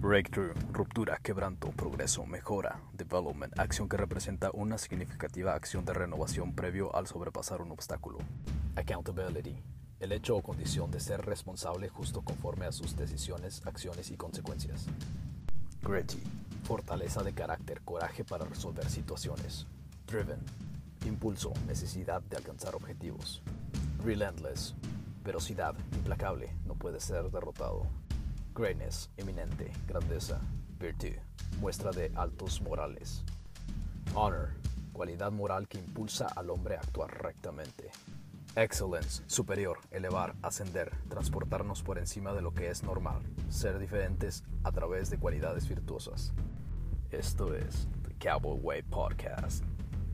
Breakthrough, ruptura, quebranto, progreso, mejora, development, acción que representa una significativa acción de renovación previo al sobrepasar un obstáculo. Accountability, el hecho o condición de ser responsable justo conforme a sus decisiones, acciones y consecuencias. Gritty, fortaleza de carácter, coraje para resolver situaciones. Driven, impulso, necesidad de alcanzar objetivos. Relentless, velocidad, implacable, no puede ser derrotado. Greatness, eminente, grandeza. Virtue, muestra de altos morales. Honor, cualidad moral que impulsa al hombre a actuar rectamente. Excellence, superior, elevar, ascender, transportarnos por encima de lo que es normal, ser diferentes a través de cualidades virtuosas. Esto es The Cowboy Way Podcast.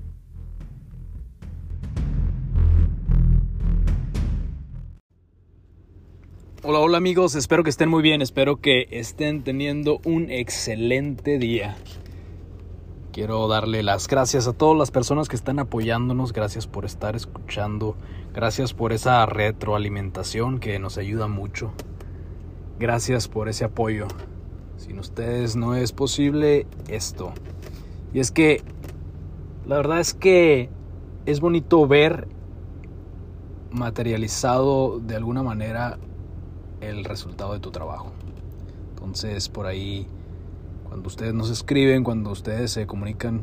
Hola amigos, espero que estén muy bien, espero que estén teniendo un excelente día. Quiero darle las gracias a todas las personas que están apoyándonos, gracias por estar escuchando, gracias por esa retroalimentación que nos ayuda mucho, gracias por ese apoyo. Sin ustedes no es posible esto. Y es que la verdad es que es bonito ver materializado de alguna manera el resultado de tu trabajo. Entonces por ahí, cuando ustedes nos escriben, cuando ustedes se comunican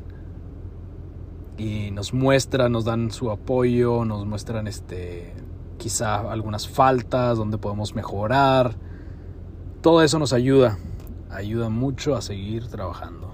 y nos muestran, nos dan su apoyo, nos muestran quizá algunas faltas donde podemos mejorar, todo eso nos ayuda mucho a seguir trabajando.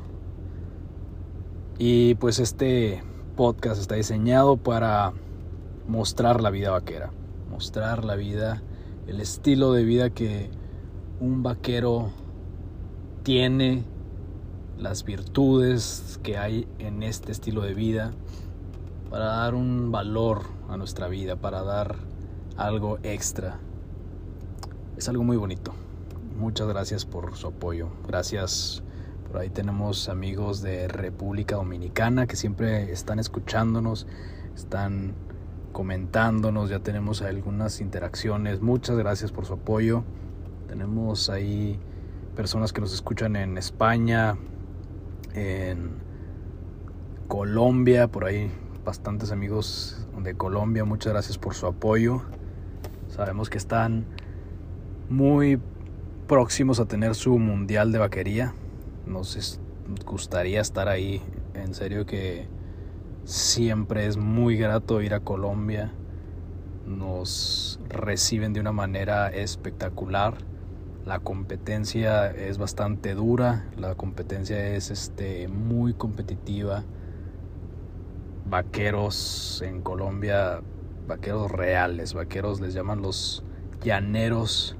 Y pues este podcast está diseñado para mostrar la vida vaquera, mostrar la vida, el estilo de vida que un vaquero tiene, las virtudes que hay en este estilo de vida, para dar un valor a nuestra vida, para dar algo extra. Es algo muy bonito. Muchas gracias por su apoyo. Gracias. Por ahí tenemos amigos de República Dominicana que siempre están escuchándonos, están comentándonos, ya tenemos algunas interacciones. Muchas gracias por su apoyo. Tenemos ahí personas que nos escuchan en España, en Colombia, por ahí bastantes amigos de Colombia. Muchas gracias por su apoyo. Sabemos que están muy próximos a tener su mundial de vaquería. Nos gustaría estar ahí. En serio que siempre es muy grato ir a Colombia. Nos reciben de una manera espectacular. La competencia es bastante dura. La competencia es muy competitiva. Vaqueros en Colombia, vaqueros reales, vaqueros les llaman los llaneros.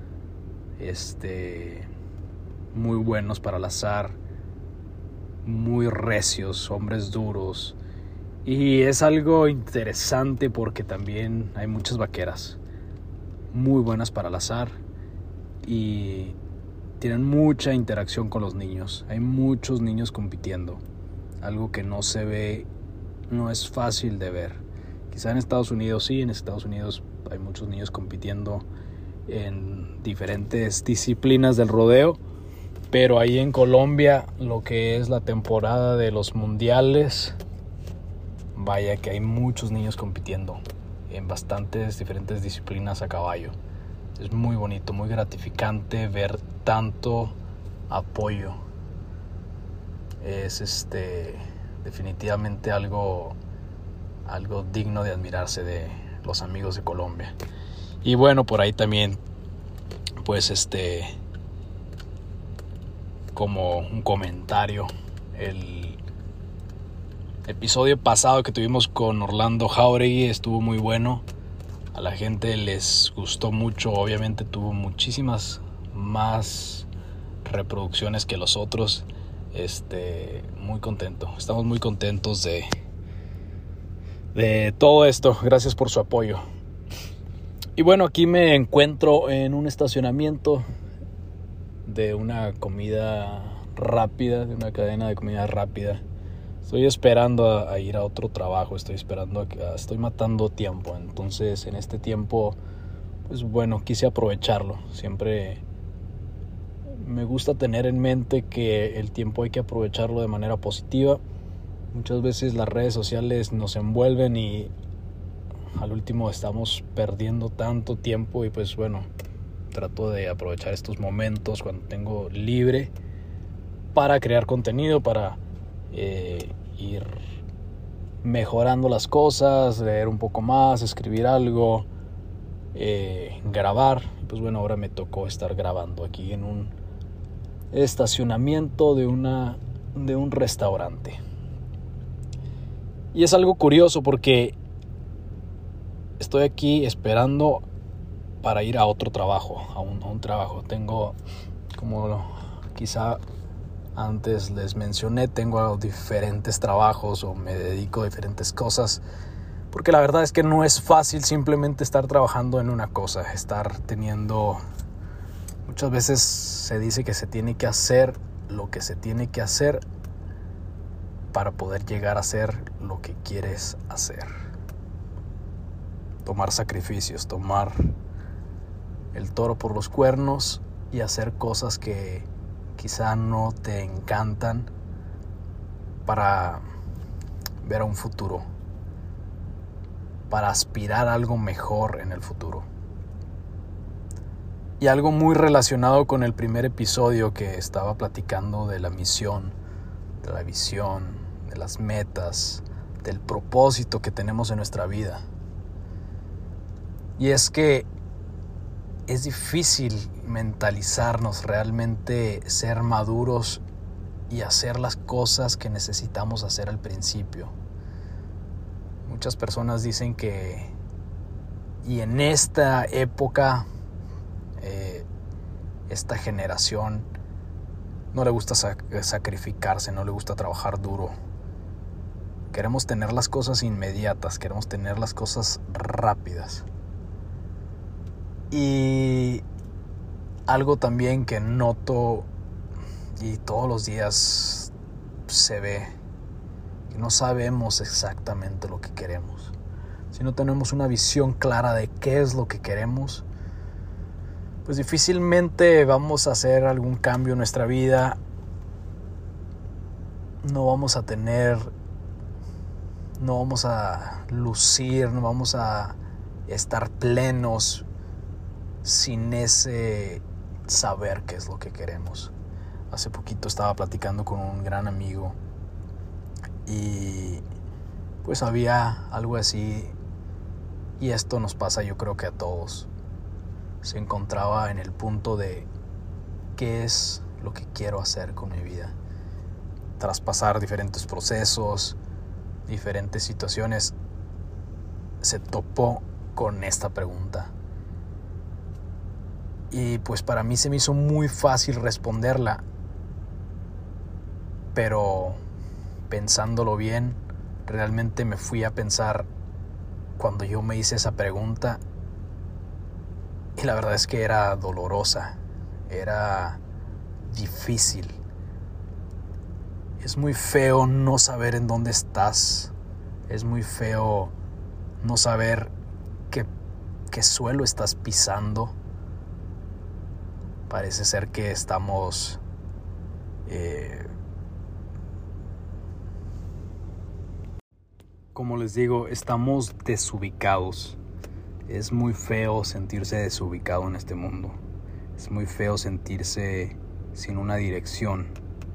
Muy buenos para el azar, muy recios, hombres duros. Y es algo interesante porque también hay muchas vaqueras muy buenas para el azar y tienen mucha interacción con los niños. Hay muchos niños compitiendo, algo que no se ve, no es fácil de ver. Quizá en Estados Unidos sí, en Estados Unidos hay muchos niños compitiendo en diferentes disciplinas del rodeo, pero ahí en Colombia, lo que es la temporada de los mundiales, vaya que hay muchos niños compitiendo en bastantes diferentes disciplinas a caballo. Es muy bonito, muy gratificante ver tanto apoyo. Es definitivamente algo digno de admirarse de los amigos de Colombia. Y bueno, por ahí también pues como un comentario, el episodio pasado que tuvimos con Orlando Jauregui estuvo muy bueno. A la gente les gustó mucho. Obviamente tuvo muchísimas más reproducciones que los otros. Muy contento. Estamos muy contentos de todo esto. Gracias por su apoyo. Y bueno, aquí me encuentro en un estacionamiento de una comida rápida, de una cadena de comida rápida. Estoy esperando a ir a otro trabajo, estoy matando tiempo. Entonces en este tiempo, pues bueno, quise aprovecharlo. Siempre Me gusta tener en mente que el tiempo hay que aprovecharlo de manera positiva. Muchas veces las redes sociales nos envuelven y al último estamos perdiendo tanto tiempo y pues bueno, trato de aprovechar estos momentos cuando tengo libre para crear contenido, para ir mejorando las cosas, leer un poco más, escribir algo, grabar. Pues bueno, ahora me tocó estar grabando aquí en un estacionamiento de un restaurante. Y es algo curioso porque estoy aquí esperando para ir a otro trabajo, a un trabajo. Tengo, como quizá antes les mencioné, tengo diferentes trabajos o me dedico a diferentes cosas. Porque la verdad es que no es fácil simplemente estar trabajando en una cosa, estar teniendo... Muchas veces se dice que se tiene que hacer lo que se tiene que hacer para poder llegar a hacer lo que quieres hacer. Tomar sacrificios, tomar el toro por los cuernos y hacer cosas que quizá no te encantan para ver a un futuro, para aspirar a algo mejor en el futuro. Y algo muy relacionado con el primer episodio que estaba platicando de la misión, de la visión, de las metas, del propósito que tenemos en nuestra vida. Y es que es difícil mentalizarnos, realmente ser maduros y hacer las cosas que necesitamos hacer al principio. Muchas personas dicen que, y en esta época, esta generación no le gusta sacrificarse, no le gusta trabajar duro. Queremos tener las cosas inmediatas, queremos tener las cosas rápidas. Y algo también que noto y todos los días se ve, que no sabemos exactamente lo que queremos. Si no tenemos una visión clara de qué es lo que queremos, pues difícilmente vamos a hacer algún cambio en nuestra vida. No vamos a lucir, no vamos a estar plenos sin ese saber qué es lo que queremos. Hace poquito estaba platicando con un gran amigo y pues había algo así, y esto nos pasa yo creo que a todos. Se encontraba en el punto de qué es lo que quiero hacer con mi vida. Tras pasar diferentes procesos, diferentes situaciones, se topó con esta pregunta. Y pues para mí se me hizo muy fácil responderla, pero pensándolo bien, realmente me fui a pensar cuando yo me hice esa pregunta, y la verdad es que era dolorosa, era difícil. Es muy feo no saber en dónde estás, es muy feo no saber qué suelo estás pisando. Parece ser que estamos como les digo, estamos desubicados. Es muy feo sentirse desubicado en este mundo. Es muy feo sentirse sin una dirección.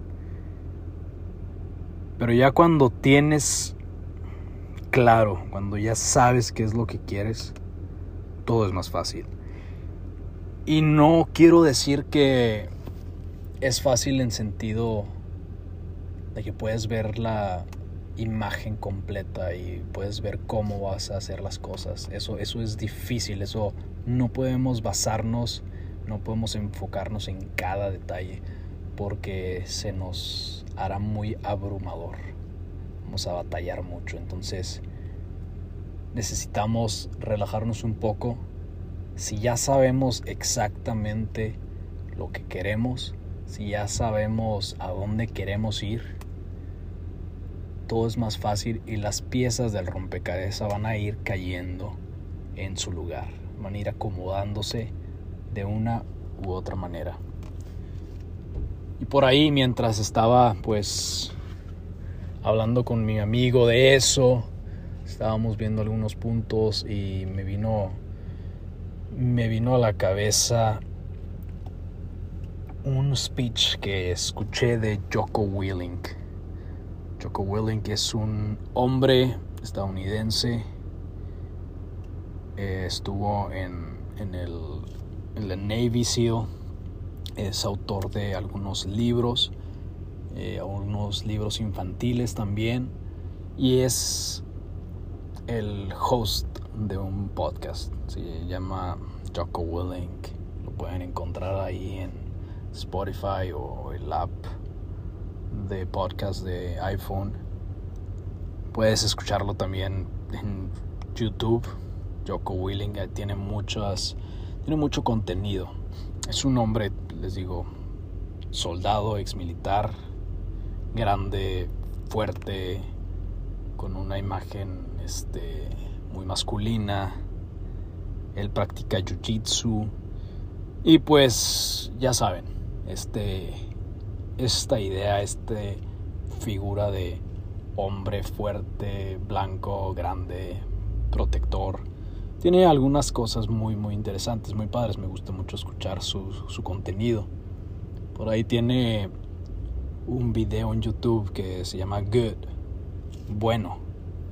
Pero ya cuando tienes claro, cuando ya sabes qué es lo que quieres, todo es más fácil. Y no quiero decir que es fácil en sentido de que puedes ver la imagen completa y puedes ver cómo vas a hacer las cosas. Eso es difícil, eso no podemos basarnos, no podemos enfocarnos en cada detalle porque se nos hará muy abrumador. Vamos a batallar mucho, entonces necesitamos relajarnos un poco. Si ya sabemos exactamente lo que queremos, si ya sabemos a dónde queremos ir, todo es más fácil y las piezas del rompecabezas van a ir cayendo en su lugar, van a ir acomodándose de una u otra manera. por ahí, mientras estaba pues hablando con mi amigo de eso, estábamos viendo algunos puntos y me vino a la cabeza un speech que escuché de Jocko Willink. Jocko Willink es un hombre estadounidense. Estuvo en la Navy SEAL. Es autor de algunos libros infantiles también. Y es el host de un podcast. Se llama Jocko Willink. Lo pueden encontrar ahí en Spotify o el app de podcast de iPhone. Puedes escucharlo también en YouTube. Jocko Willink tiene mucho contenido. Es un hombre, les digo, soldado, exmilitar, grande, fuerte, con una imagen muy masculina. Él practica jiu-jitsu y pues ya saben, esta idea, figura de hombre fuerte, blanco, grande, protector, tiene algunas cosas muy muy interesantes, muy padres. Me gusta mucho escuchar su contenido. Por ahí tiene un video en YouTube que se llama Good, bueno,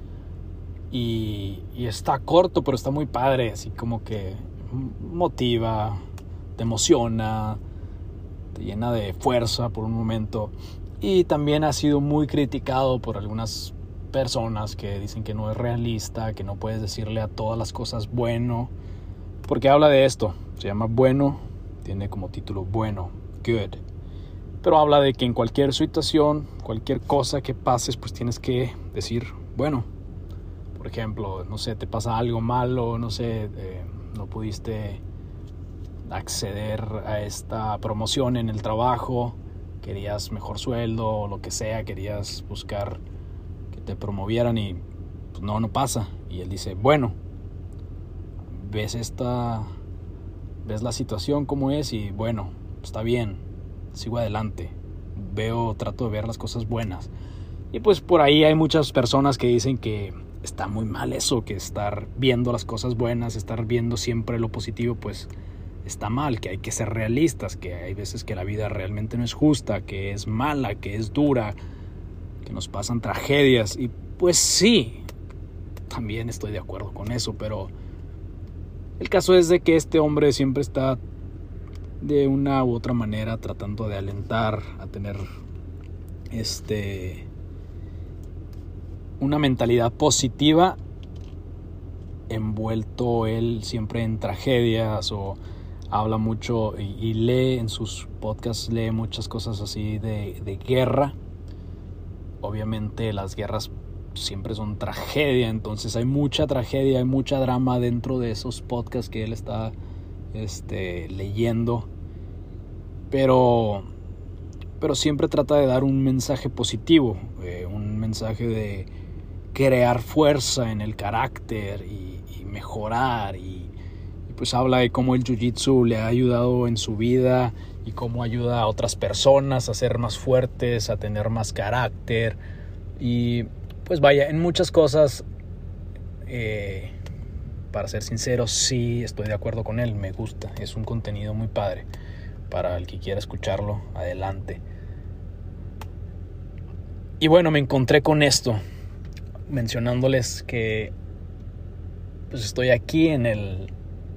y está corto, pero está muy padre, así como que motiva, te emociona, te llena de fuerza por un momento. Y también ha sido muy criticado por algunas personas que dicen que no es realista, que no puedes decirle a todas las cosas bueno, porque habla de esto, se llama Bueno, tiene como título Bueno, Good, pero habla de que en cualquier situación, cualquier cosa que pases, pues tienes que decir bueno. Por ejemplo, no sé, te pasa algo malo, no sé, no pudiste acceder a esta promoción en el trabajo, querías mejor sueldo o lo que sea, querías buscar que te promovieran y pues no pasa. Y él dice, bueno, ves la situación como es y bueno, está bien, sigo adelante, trato de ver las cosas buenas. Y pues por ahí hay muchas personas que dicen que está muy mal eso, que estar viendo las cosas buenas, estar viendo siempre lo positivo, pues está mal, que hay que ser realistas, que hay veces que la vida realmente no es justa, que es mala, que es dura, que nos pasan tragedias. Y pues sí, también estoy de acuerdo con eso, pero el caso es de que este hombre siempre está de una u otra manera tratando de alentar a tener una mentalidad positiva, envuelto él siempre en tragedias, o habla mucho y lee en sus podcasts, lee muchas cosas así de guerra. Obviamente las guerras siempre son tragedia, entonces hay mucha tragedia, hay mucha drama dentro de esos podcasts que él está leyendo, pero siempre trata de dar un mensaje positivo, un mensaje de crear fuerza en el carácter y mejorar, y pues habla de cómo el jiu-jitsu le ha ayudado en su vida y cómo ayuda a otras personas a ser más fuertes, a tener más carácter. Y pues vaya, en muchas cosas, para ser sincero, sí estoy de acuerdo con él, me gusta, es un contenido muy padre. Para el que quiera escucharlo, adelante. Y bueno, me encontré con esto, mencionándoles que pues estoy aquí en el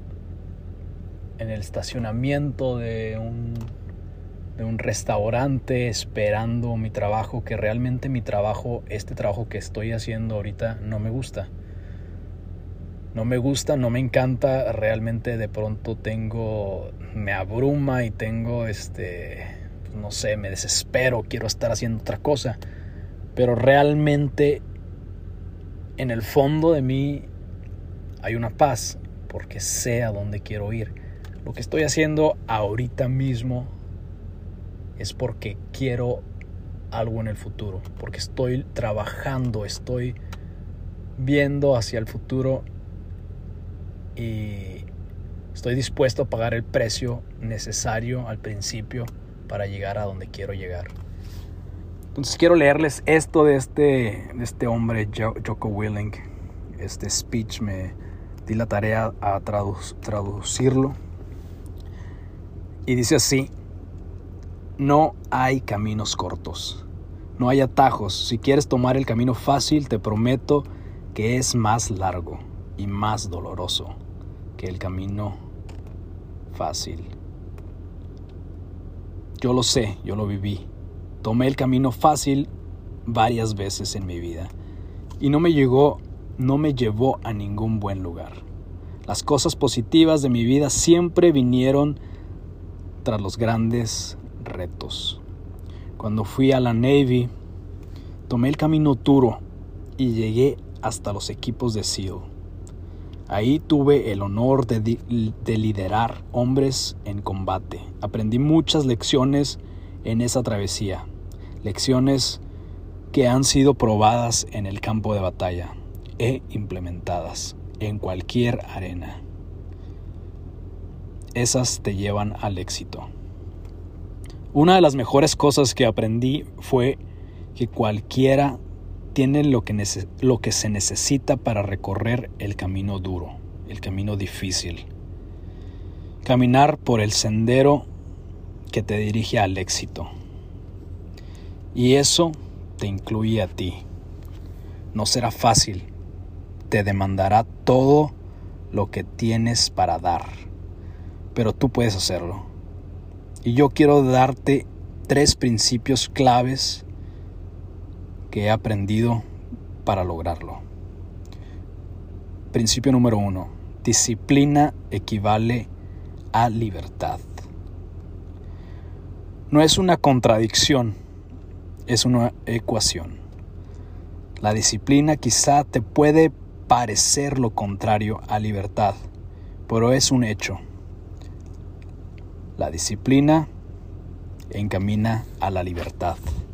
estacionamiento de un restaurante, esperando mi trabajo, que realmente este trabajo que estoy haciendo ahorita no me gusta. No me gusta, no me encanta, realmente de pronto me abruma y tengo no sé, me desespero, quiero estar haciendo otra cosa. Pero realmente en el fondo de mí hay una paz, porque sé a dónde quiero ir. Lo que estoy haciendo ahorita mismo es porque quiero algo en el futuro, porque estoy trabajando, estoy viendo hacia el futuro y estoy dispuesto a pagar el precio necesario al principio para llegar a donde quiero llegar. Entonces quiero leerles esto de este hombre, Jocko Willink. Este speech me di la tarea a traducirlo. Y dice así: no hay caminos cortos, no hay atajos. Si quieres tomar el camino fácil, te prometo que es más largo y más doloroso que el camino fácil. Yo lo sé, yo lo viví. Tomé el camino fácil varias veces en mi vida y no me llevó a ningún buen lugar. Las cosas positivas de mi vida siempre vinieron tras los grandes retos. Cuando fui a la Navy, tomé el camino duro y llegué hasta los equipos de SEAL. Ahí tuve el honor de liderar hombres en combate. Aprendí muchas lecciones en esa travesía, lecciones que han sido probadas en el campo de batalla e implementadas en cualquier arena. Esas te llevan al éxito. Una de las mejores cosas que aprendí fue que cualquiera tiene lo que se necesita para recorrer el camino duro, el camino difícil. Caminar por el sendero que te dirige al éxito. Y eso te incluye a ti. No será fácil. Te demandará todo lo que tienes para dar. Pero tú puedes hacerlo. Y yo quiero darte 3 principios claves que he aprendido para lograrlo. Principio número 1. Disciplina equivale a libertad. No es una contradicción, es una ecuación. La disciplina quizá te puede parecer lo contrario a libertad, pero es un hecho. La disciplina encamina a la libertad.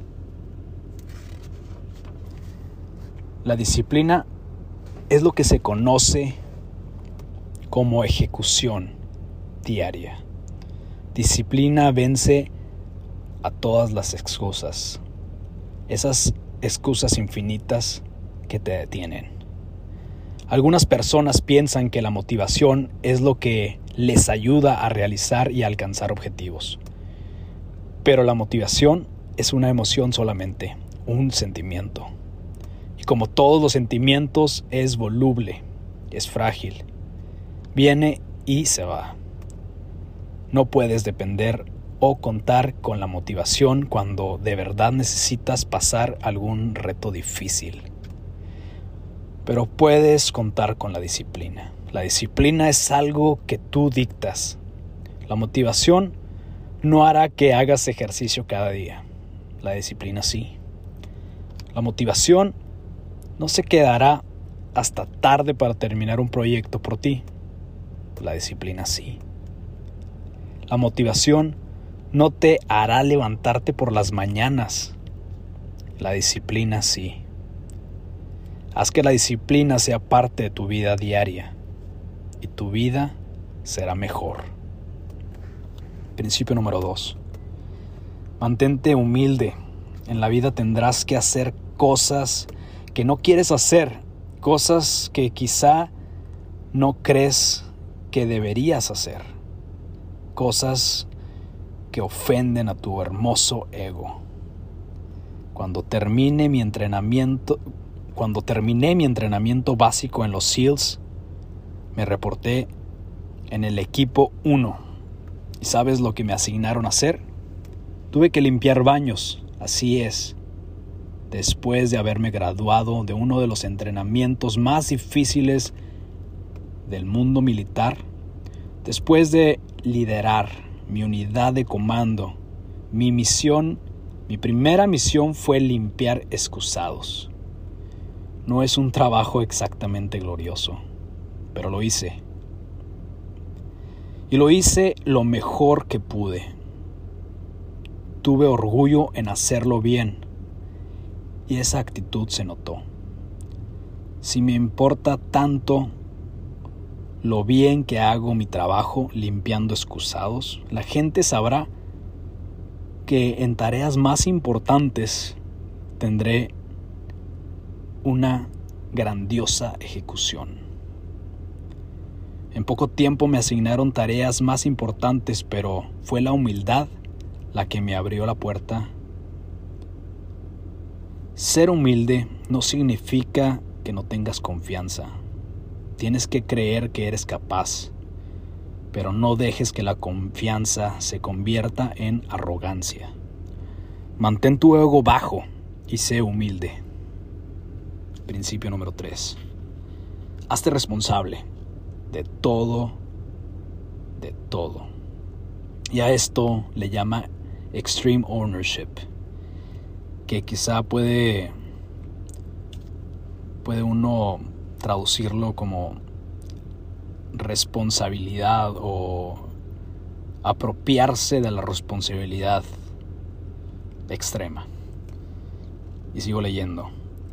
La disciplina es lo que se conoce como ejecución diaria. Disciplina vence a todas las excusas, esas excusas infinitas que te detienen. Algunas personas piensan que la motivación es lo que les ayuda a realizar y alcanzar objetivos. Pero la motivación es una emoción solamente, un sentimiento. Y como todos los sentimientos, es voluble, es frágil. Viene y se va. No puedes depender o contar con la motivación cuando de verdad necesitas pasar algún reto difícil. Pero puedes contar con la disciplina. La disciplina es algo que tú dictas. La motivación no hará que hagas ejercicio cada día. La disciplina sí. La motivación no se quedará hasta tarde para terminar un proyecto por ti. La disciplina sí. La motivación no te hará levantarte por las mañanas. La disciplina sí. Haz que la disciplina sea parte de tu vida diaria y tu vida será mejor. Principio número 2. Mantente humilde. En la vida tendrás que hacer cosas que no quieres hacer, cosas que quizá no crees que deberías hacer, cosas que ofenden a tu hermoso ego. Cuando terminé mi entrenamiento básico en los SEALs, me reporté en el equipo 1. ¿Y sabes lo que me asignaron a hacer? Tuve que limpiar baños, así es. Después de haberme graduado de uno de los entrenamientos más difíciles del mundo militar, después de liderar mi unidad de comando, mi primera misión fue limpiar excusados. No es un trabajo exactamente glorioso, pero lo hice. Y lo hice lo mejor que pude. Tuve orgullo en hacerlo bien. Y esa actitud se notó. Si me importa tanto lo bien que hago mi trabajo limpiando excusados, la gente sabrá que en tareas más importantes tendré una grandiosa ejecución. En poco tiempo me asignaron tareas más importantes, pero fue la humildad la que me abrió la puerta. Ser humilde no significa que no tengas confianza. Tienes que creer que eres capaz, pero no dejes que la confianza se convierta en arrogancia. Mantén tu ego bajo y sé humilde. Principio número 3. Hazte responsable de todo. Y a esto le llama extreme ownership, que quizá puede uno traducirlo como responsabilidad o apropiarse de la responsabilidad extrema. Y sigo leyendo.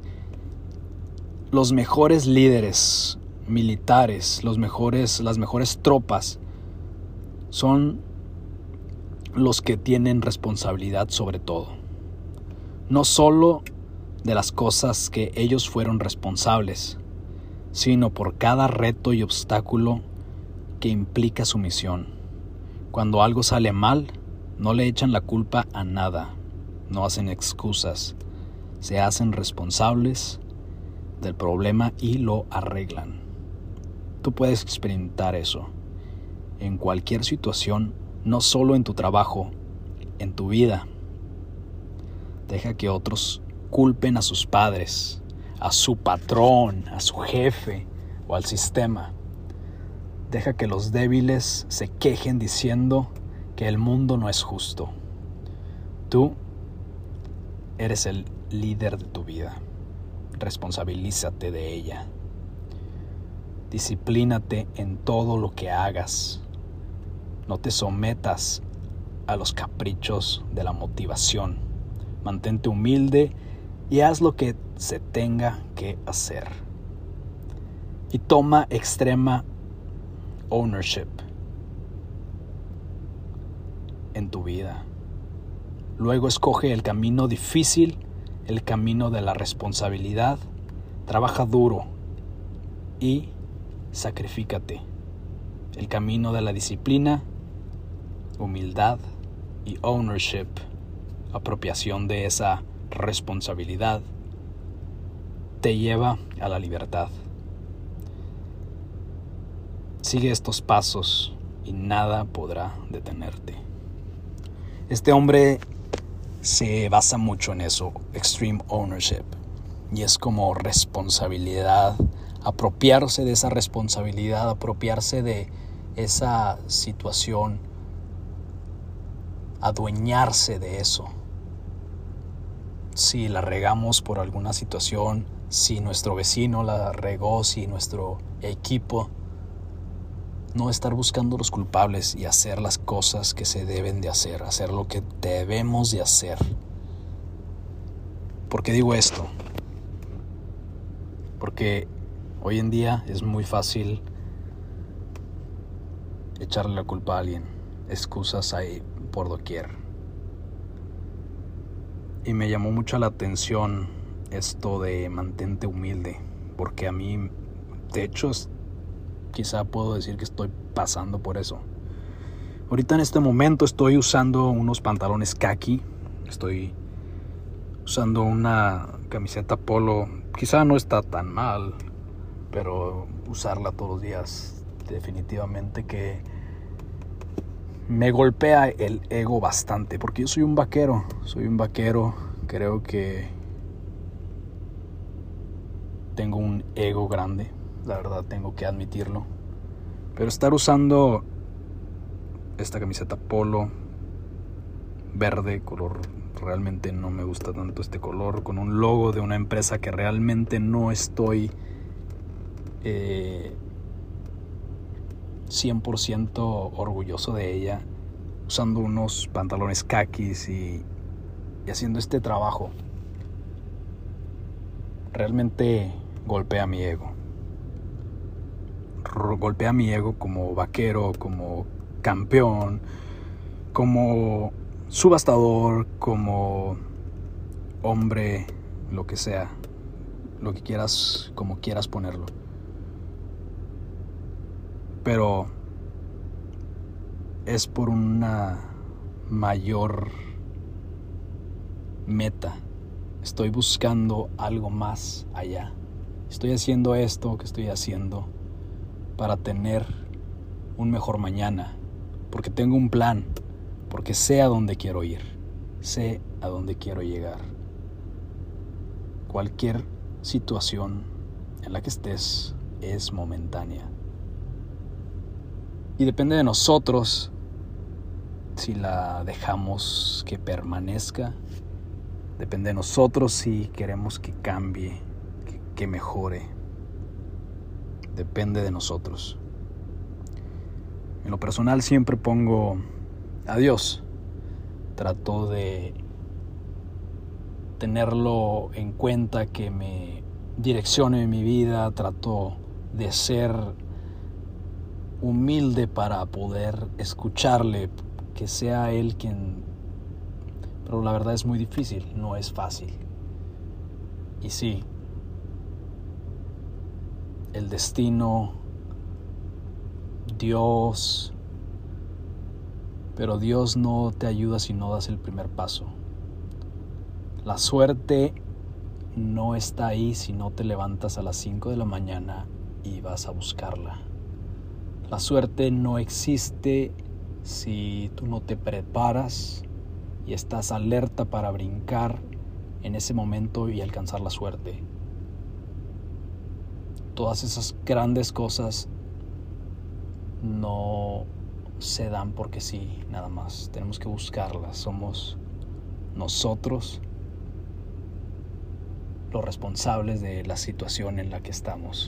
Los mejores líderes militares, las mejores tropas son los que tienen responsabilidad sobre todo. No solo de las cosas que ellos fueron responsables, sino por cada reto y obstáculo que implica su misión. Cuando algo sale mal, no le echan la culpa a nada, no hacen excusas, se hacen responsables del problema y lo arreglan. Tú puedes experimentar eso en cualquier situación, no solo en tu trabajo, en tu vida. Deja que otros culpen a sus padres, a su patrón, a su jefe o al sistema. Deja que los débiles se quejen diciendo que el mundo no es justo. Tú eres el líder de tu vida. Responsabilízate de ella. Disciplínate en todo lo que hagas. No te sometas a los caprichos de la motivación. Mantente humilde y haz lo que se tenga que hacer. Y toma extrema ownership en tu vida. Luego escoge el camino difícil, el camino de la responsabilidad. Trabaja duro y sacrifícate. El camino de la disciplina, humildad y ownership, apropiación de esa responsabilidad, te lleva a la libertad. Sigue estos pasos y nada podrá detenerte. Este hombre se basa mucho en eso, extreme ownership, y es como responsabilidad, apropiarse de esa responsabilidad, apropiarse de esa situación, adueñarse de eso. Si la regamos por alguna situación, si nuestro vecino la regó, si nuestro equipo, no estar buscando los culpables y hacer las cosas que se deben de hacer lo que debemos de hacer. ¿Por qué digo esto? Porque hoy en día es muy fácil echarle la culpa a alguien, excusas hay por doquier. Y me llamó mucho la atención esto de mantente humilde, porque a mí, de hecho, quizá puedo decir que estoy pasando por eso. Ahorita en este momento estoy usando unos pantalones khaki, estoy usando una camiseta polo. Quizá no está tan mal, pero usarla todos los días definitivamente que me golpea el ego bastante, porque yo soy un vaquero, creo que tengo un ego grande, la verdad tengo que admitirlo, pero estar usando esta camiseta polo verde, color, realmente no me gusta tanto este color, con un logo de una empresa que realmente no estoy 100% orgulloso de ella, usando unos pantalones kakis y haciendo este trabajo, realmente golpea mi ego. Golpea mi ego como vaquero, como campeón, como subastador, como hombre, lo que sea, lo que quieras, como quieras ponerlo. Pero es por una mayor meta. Estoy buscando algo más allá. Estoy haciendo esto que estoy haciendo para tener un mejor mañana, porque tengo un plan, porque sé a dónde quiero ir, sé a dónde quiero llegar. Cualquier situación en la que estés es momentánea. Y depende de nosotros si la dejamos que permanezca. Depende de nosotros si queremos que cambie, que mejore. Depende de nosotros. En lo personal siempre pongo a Dios. Trato de tenerlo en cuenta, que me direccione en mi vida. Trato de ser humilde para poder escucharle, que sea Él quien... Pero la verdad es muy difícil, no es fácil. Y sí, el destino, Dios, pero Dios no te ayuda si no das el primer paso. La suerte no está ahí si no te levantas a las 5 de la mañana y vas a buscarla. La suerte no existe si tú no te preparas y estás alerta para brincar en ese momento y alcanzar la suerte. Todas esas grandes cosas no se dan porque sí, nada más. Tenemos que buscarlas. Somos nosotros los responsables de la situación en la que estamos.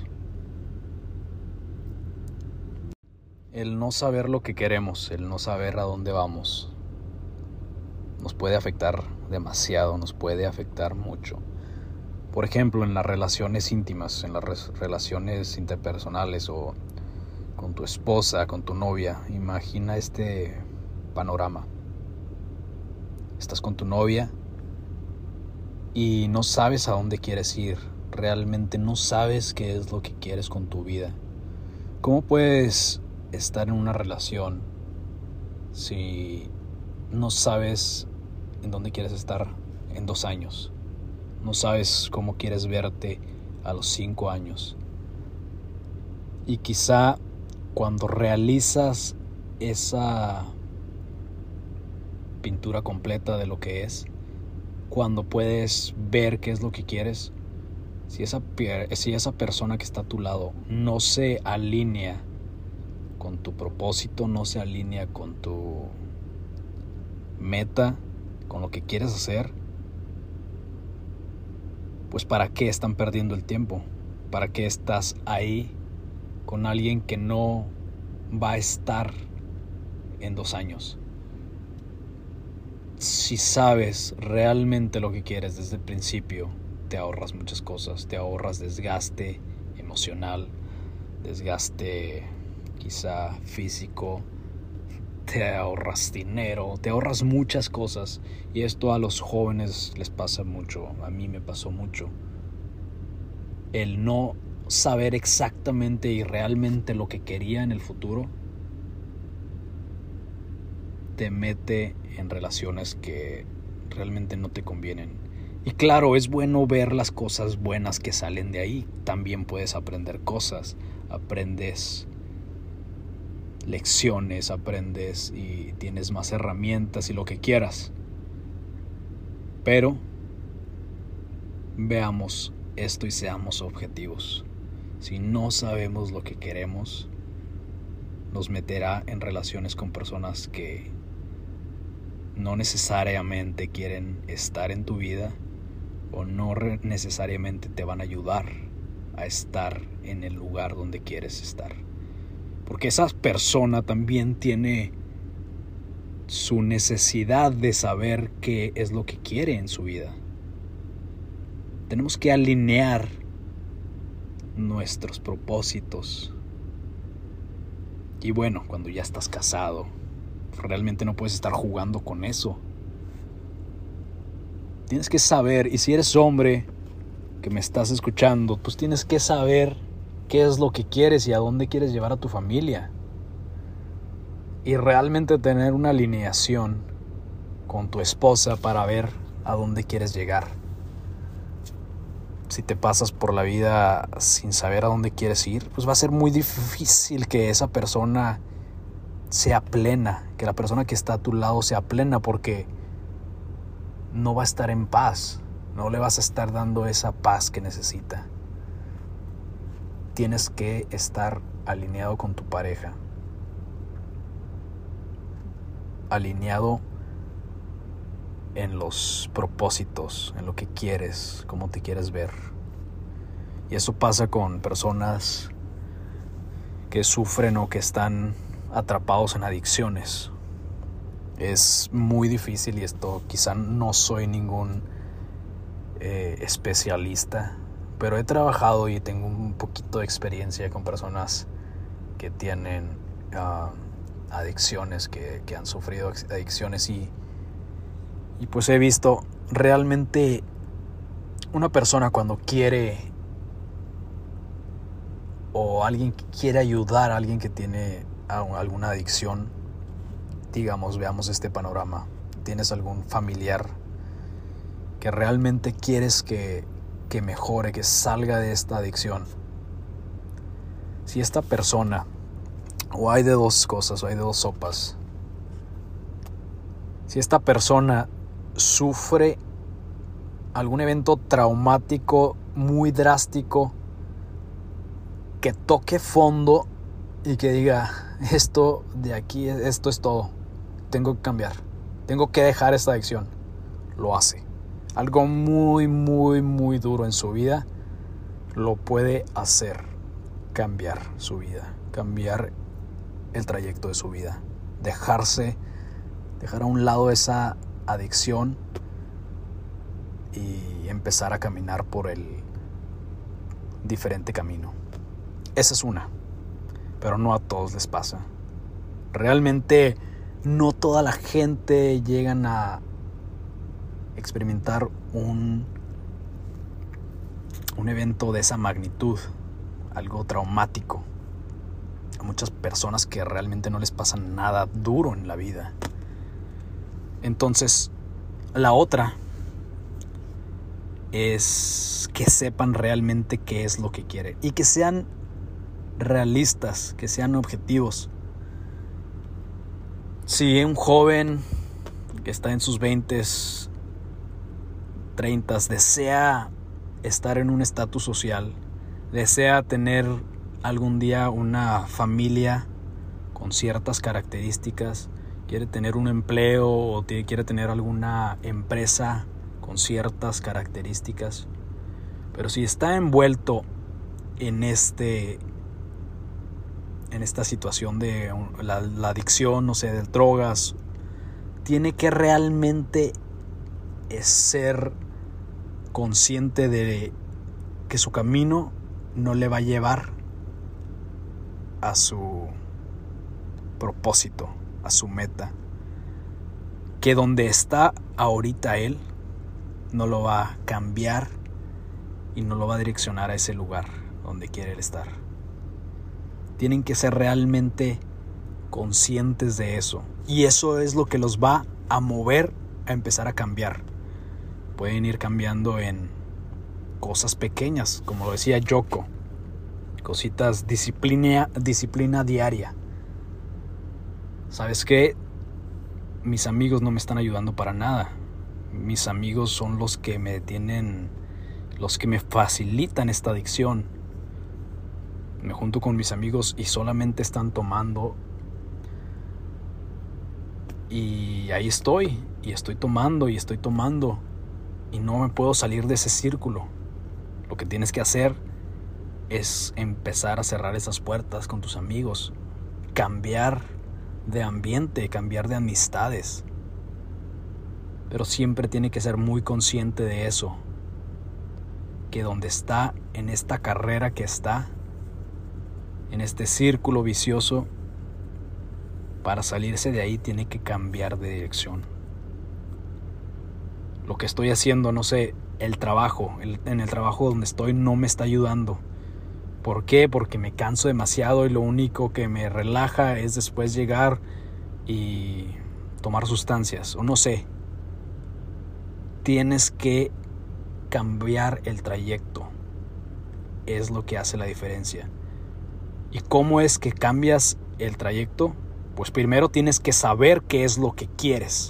El no saber lo que queremos, el no saber a dónde vamos, nos puede afectar demasiado, nos puede afectar mucho. Por ejemplo, en las relaciones íntimas, en las relaciones interpersonales o con tu esposa, con tu novia. Imagina este panorama. Estás con tu novia y no sabes a dónde quieres ir. Realmente no sabes qué es lo que quieres con tu vida. ¿Cómo puedes estar en una relación si no sabes en dónde quieres estar en 2 años? No sabes cómo quieres verte a los 5 años. Y quizá cuando realizas esa pintura completa de lo que es, cuando puedes ver qué es lo que quieres, si esa persona que está a tu lado no se alinea con tu propósito, no se alinea con tu meta, con lo que quieres hacer, pues ¿para qué están perdiendo el tiempo? ¿Para qué estás ahí con alguien que no va a estar en 2 años? Si sabes realmente lo que quieres desde el principio, te ahorras muchas cosas. Te ahorras desgaste emocional, desgaste quizá físico, te ahorras dinero, te ahorras muchas cosas. Y esto a los jóvenes les pasa mucho, a mí me pasó mucho. El no saber exactamente y realmente lo que quería en el futuro te mete en relaciones que realmente no te convienen. Y claro, es bueno ver las cosas buenas que salen de ahí. También puedes aprender cosas, aprendes lecciones, aprendes y tienes más herramientas y lo que quieras. Pero veamos esto y seamos objetivos. Si no sabemos lo que queremos, nos meterá en relaciones con personas que no necesariamente quieren estar en tu vida o no necesariamente te van a ayudar a estar en el lugar donde quieres estar. Porque esa persona también tiene su necesidad de saber qué es lo que quiere en su vida. Tenemos que alinear nuestros propósitos. Y bueno, cuando ya estás casado, realmente no puedes estar jugando con eso. Tienes que saber, y si eres hombre que me estás escuchando, pues tienes que saber qué es lo que quieres y a dónde quieres llevar a tu familia. Y realmente tener una alineación con tu esposa para ver a dónde quieres llegar. Si te pasas por la vida sin saber a dónde quieres ir, pues va a ser muy difícil que esa persona sea plena, que la persona que está a tu lado sea plena, porque no va a estar en paz, no le vas a estar dando esa paz que necesita. Tienes que estar alineado con tu pareja, alineado en los propósitos, en lo que quieres, cómo te quieres ver. Y eso pasa con personas que sufren o que están atrapados en adicciones. Es muy difícil, y esto quizá no soy ningún especialista, pero he trabajado y tengo un poquito de experiencia con personas que tienen adicciones, que han sufrido adicciones, y pues he visto realmente una persona cuando quiere, o alguien que quiere ayudar a alguien que tiene alguna adicción. Digamos, veamos este panorama. Tienes algún familiar que realmente quieres que mejore, que salga de esta adicción. Si esta persona, o hay de dos cosas, o hay de dos sopas. Si esta persona sufre algún evento traumático muy drástico, que toque fondo y que diga, esto de aquí, esto es todo, tengo que cambiar, tengo que dejar esta adicción, lo hace. Algo muy, muy, muy duro en su vida lo puede hacer cambiar su vida, cambiar el trayecto de su vida, dejar a un lado esa adicción y empezar a caminar por el diferente camino. Esa es una, pero no a todos les pasa. Realmente no toda la gente llegan a experimentar un evento de esa magnitud, algo traumático. Hay muchas personas que realmente no les pasa nada duro en la vida. Entonces, la otra es que sepan realmente qué es lo que quieren y que sean realistas, que sean objetivos. Si un joven que está en sus 20s, 30s, desea estar en un estatus social, desea tener algún día una familia con ciertas características, quiere tener un empleo o quiere tener alguna empresa con ciertas características, pero si está envuelto en esta situación de la adicción, no sé, de drogas, tiene que realmente ser consciente de que su camino no le va a llevar a su propósito, a su meta, que donde está ahorita él no lo va a cambiar y no lo va a direccionar a ese lugar donde quiere él estar. Tienen que ser realmente conscientes de eso, y eso es lo que los va a mover a empezar a cambiar. Pueden ir cambiando en cosas pequeñas, como lo decía Yoko, cositas, disciplina diaria. ¿Sabes qué? Mis amigos no me están ayudando para nada. Mis amigos son los que me detienen, los que me facilitan esta adicción. Me junto con mis amigos y solamente están tomando, y ahí estoy tomando y no me puedo salir de ese círculo. Lo que tienes que hacer es empezar a cerrar esas puertas con tus amigos, cambiar de ambiente, cambiar de amistades, pero siempre tiene que ser muy consciente de eso, que donde está, en esta carrera que está, en este círculo vicioso, para salirse de ahí tiene que cambiar de dirección. lo que estoy haciendo, no sé, el trabajo, en el trabajo donde estoy no me está ayudando. ¿Por qué? Porque me canso demasiado y lo único que me relaja es después llegar y tomar sustancias, o no sé. Tienes que cambiar el trayecto. Es lo que hace la diferencia. ¿Y cómo es que cambias el trayecto? Pues primero tienes que saber qué es lo que quieres.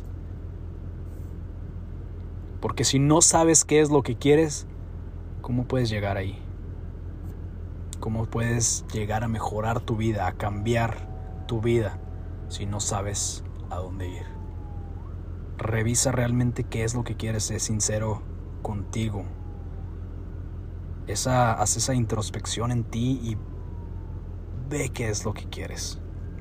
Porque si no sabes qué es lo que quieres, ¿cómo puedes llegar ahí? ¿Cómo puedes llegar a mejorar tu vida, a cambiar tu vida, si no sabes a dónde ir? Revisa realmente qué es lo que quieres, sé sincero contigo. Haz esa introspección en ti y ve qué es lo que quieres.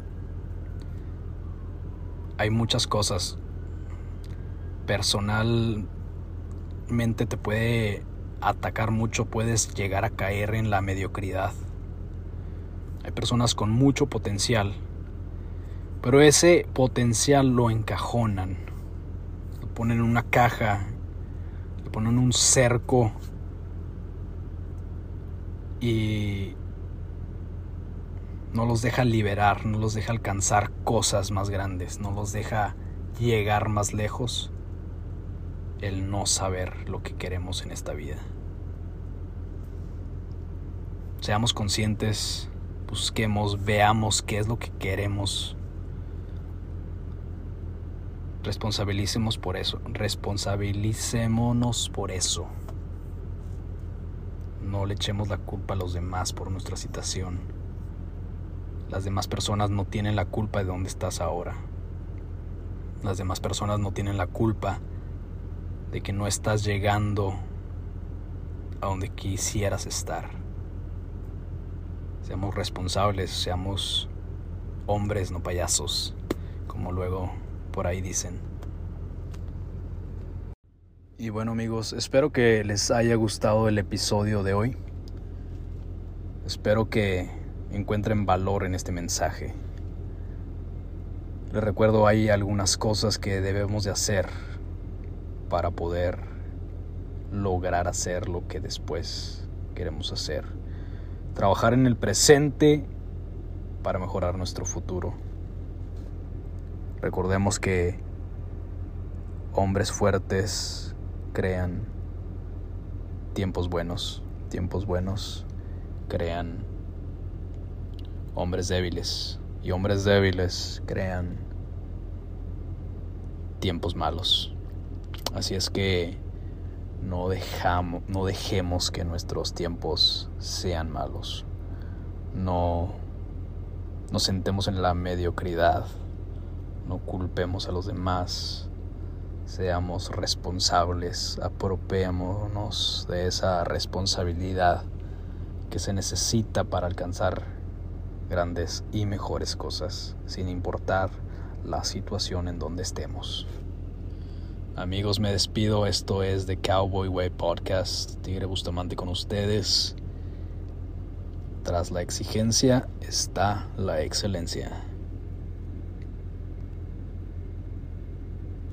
Hay muchas cosas. Personalmente te puede atacar mucho, puedes llegar a caer en la mediocridad. Hay personas con mucho potencial, pero ese potencial lo encajonan, lo ponen en una caja, le ponen un cerco y no los deja liberar, no los deja alcanzar cosas más grandes, no los deja llegar más lejos. El no saber lo que queremos en esta vida. Seamos conscientes, busquemos, veamos qué es lo que queremos. Responsabilicémonos por eso. No le echemos la culpa a los demás por nuestra situación. Las demás personas no tienen la culpa de dónde estás ahora. Las demás personas no tienen la culpa de que no estás llegando a donde quisieras estar. Seamos responsables, seamos hombres, no payasos, como luego por ahí dicen. Y bueno, amigos, espero que les haya gustado el episodio de hoy. Espero que encuentren valor en este mensaje. Les recuerdo, hay algunas cosas que debemos de hacer para poder lograr hacer lo que después queremos hacer. Trabajar en el presente para mejorar nuestro futuro. Recordemos que hombres fuertes crean tiempos buenos crean hombres débiles, y hombres débiles crean tiempos malos. Así es que no dejemos que nuestros tiempos sean malos. No nos sentemos en la mediocridad. No culpemos a los demás. Seamos responsables. Apropiémonos de esa responsabilidad que se necesita para alcanzar grandes y mejores cosas, sin importar la situación en donde estemos. Amigos, me despido. Esto es The Cowboy Way Podcast. Tigre Bustamante con ustedes. Tras la exigencia está la excelencia.